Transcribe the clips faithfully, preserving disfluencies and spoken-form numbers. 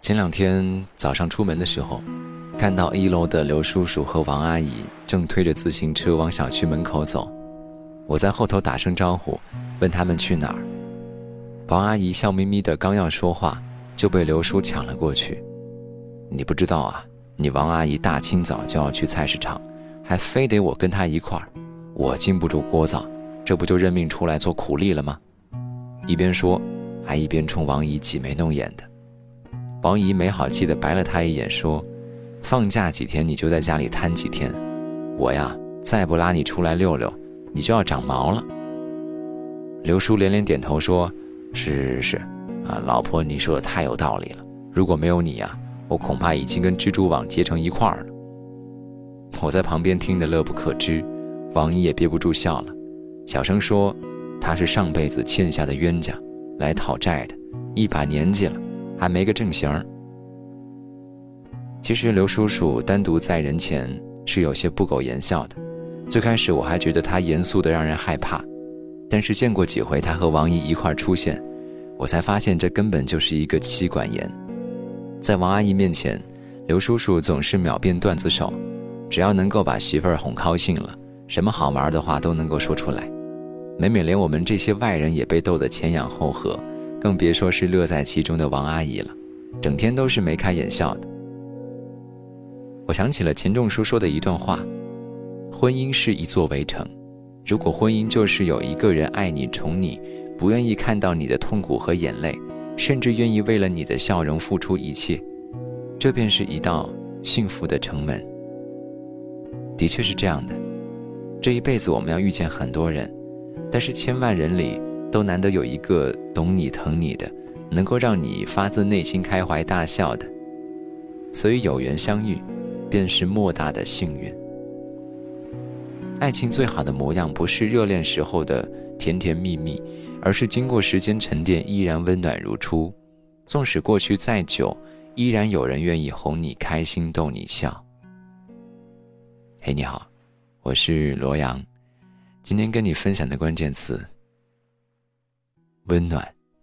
前两天早上出门的时候，看到一楼的刘叔叔和王阿姨正推着自行车往小区门口走，我在后头打声招呼，问他们去哪儿。王阿姨笑眯眯的刚要说话，就被刘叔抢了过去。你不知道啊，你王阿姨大清早就要去菜市场，还非得我跟她一块儿，我经不住聒噪，这不就认命出来做苦力了吗？一边说，还一边冲王姨挤眉弄眼的。王姨没好气地白了他一眼，说：放假几天你就在家里瘫几天，我呀再不拉你出来溜溜，你就要长毛了。刘叔连连点头说：是是是啊，老婆你说的太有道理了，如果没有你呀，我恐怕已经跟蜘蛛网结成一块儿了。我在旁边听得乐不可支，王姨也憋不住笑了，小声说：他是上辈子欠下的冤家，来讨债的，一把年纪了还没个正形儿。其实刘叔叔单独在人前是有些不苟言笑的，最开始我还觉得他严肃得让人害怕，但是见过几回他和王姨一块出现，我才发现这根本就是一个妻管严。在王阿姨面前，刘叔叔总是秒变段子手，只要能够把媳妇儿哄高兴了，什么好玩的话都能够说出来，每每连我们这些外人也被逗得前仰后合，更别说是乐在其中的王阿姨了，整天都是眉开眼笑的。我想起了钱钟书说的一段话：婚姻是一座围城，如果婚姻就是有一个人爱你宠你，不愿意看到你的痛苦和眼泪，甚至愿意为了你的笑容付出一切，这便是一道幸福的城门。的确是这样的，这一辈子我们要遇见很多人，但是千万人里都难得有一个懂你疼你的，能够让你发自内心开怀大笑的，所以有缘相遇便是莫大的幸运。爱情最好的模样不是热恋时候的甜甜蜜蜜，而是经过时间沉淀依然温暖如初，纵使过去再久，依然有人愿意哄你开心逗你笑。嘿，你好，我是罗阳，今天跟你分享的关键词温暖。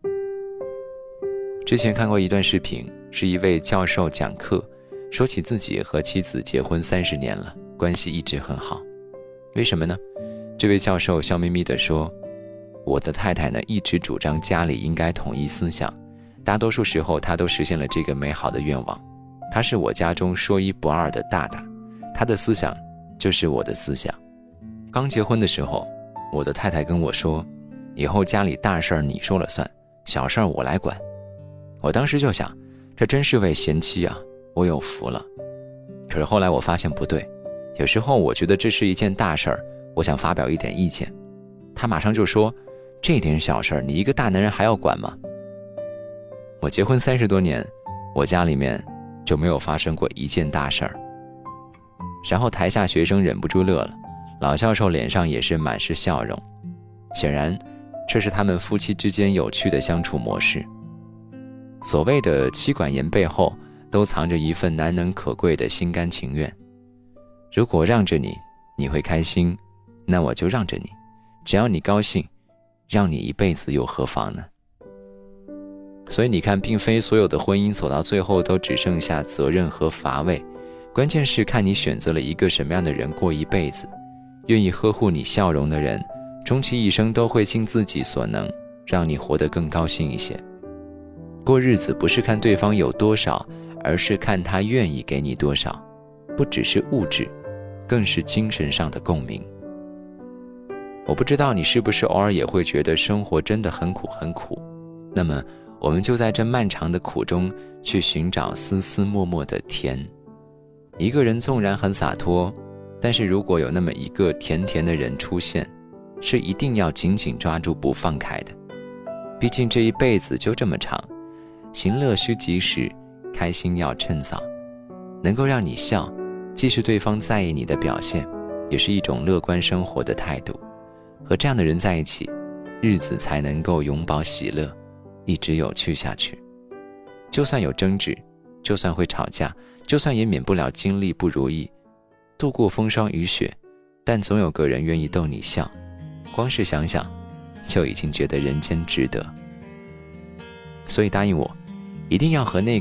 之前看过一段视频，是一位教授讲课，说起自己和妻子结婚三十年了，关系一直很好。为什么呢？这位教授笑眯眯地说：我的太太呢，一直主张家里应该统一思想，大多数时候她都实现了这个美好的愿望。她是我家中说一不二的大大，她的思想就是我的思想。刚结婚的时候，我的太太跟我说，以后家里大事儿你说了算，小事儿我来管。我当时就想，这真是位贤妻啊，我有福了。可是后来我发现不对，有时候我觉得这是一件大事儿，我想发表一点意见，他马上就说，这点小事儿你一个大男人还要管吗？我结婚三十多年，我家里面就没有发生过一件大事儿。然后台下学生忍不住乐了，老教授脸上也是满是笑容，显然这是他们夫妻之间有趣的相处模式。所谓的妻管严背后都藏着一份难能可贵的心甘情愿。如果让着你你会开心，那我就让着你，只要你高兴，让你一辈子又何妨呢？所以你看，并非所有的婚姻走到最后都只剩下责任和乏味，关键是看你选择了一个什么样的人过一辈子。愿意呵护你笑容的人，终其一生都会尽自己所能，让你活得更高兴一些。过日子不是看对方有多少，而是看他愿意给你多少，不只是物质，更是精神上的共鸣。我不知道你是不是偶尔也会觉得生活真的很苦很苦，那么我们就在这漫长的苦中去寻找丝丝默默的甜。一个人纵然很洒脱，但是如果有那么一个甜甜的人出现，是一定要紧紧抓住不放开的。毕竟这一辈子就这么长，行乐需及时，开心要趁早。能够让你笑，既是对方在意你的表现，也是一种乐观生活的态度。和这样的人在一起，日子才能够永葆喜乐，一直有趣下去。就算有争执，就算会吵架，就算也免不了经历不如意，度过风霜雨雪，但总有个人愿意逗你笑，光是想想就已经觉得人间值得。所以答应我，一定要和那个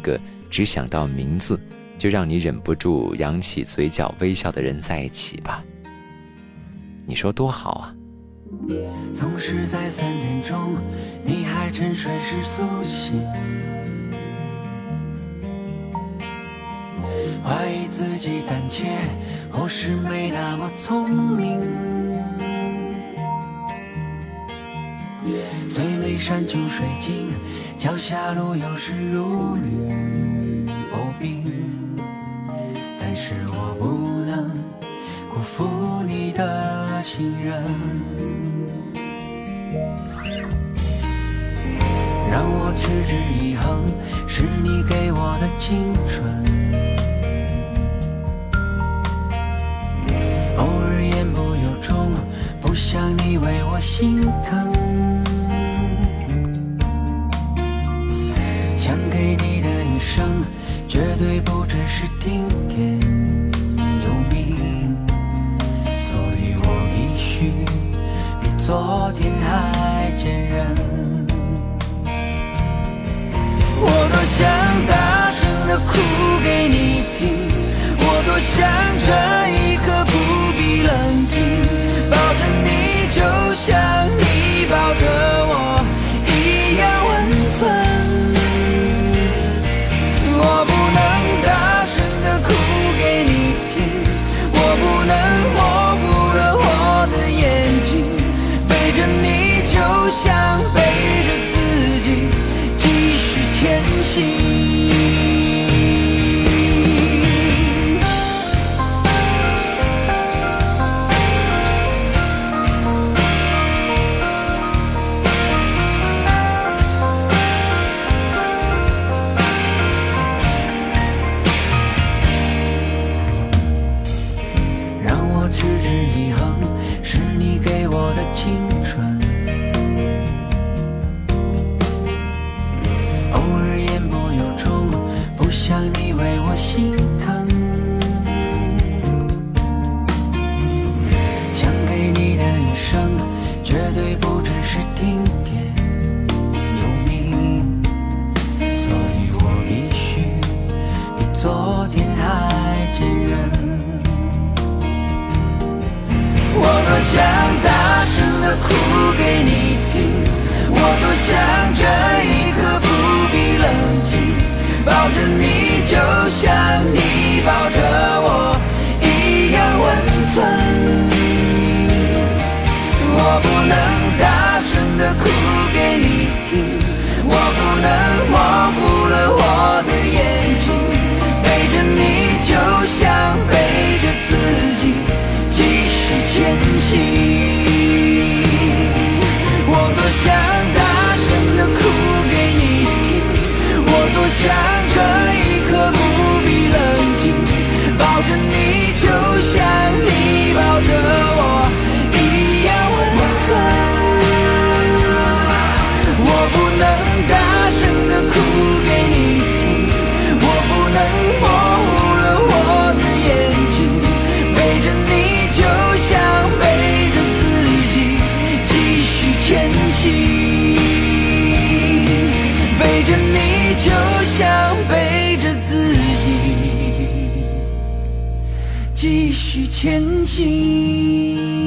只想到名字就让你忍不住扬起嘴角微笑的人在一起吧。你说多好啊。 总是在三点钟你还沉睡时苏醒，怀疑自己胆怯或是没那么聪明，最美山穷水尽，脚下路有时如履薄冰，但是我不能辜负你的信任，让我持之以恒，是你给我的青春，偶尔言不由衷，不想你为我心疼，想给你的一生绝对不只是听天由命，所以我必须比昨天还坚韧，我多想大声地哭给你听，我多想这一刻不必冷静，抱着你就像你抱着我一样温存，我不能大声地哭给你听，我不能模糊了我的眼睛，背着你就像背着自己继续前行。让我持之以恒，是你给我的青春，偶尔言不由衷，不想你为我心疼，想给你的一生绝对不只是听天由命，所以我必须比昨天还坚韧，我多想大声地哭给你听，我多想这一刻不必冷静，抱着你就像你抱着我一样温存，我不能大声地哭给你听，我不能模糊了我的眼睛，背着你就像背着自己继续前行，我多想大声地哭给你听，我多想这一刻不必冷静，抱着你就像你抱着我一样温存，我不能大声地哭给你听，我不能模糊了我的眼睛，背着你就像背着自己继续前行，背着你就像背着自己继续前行。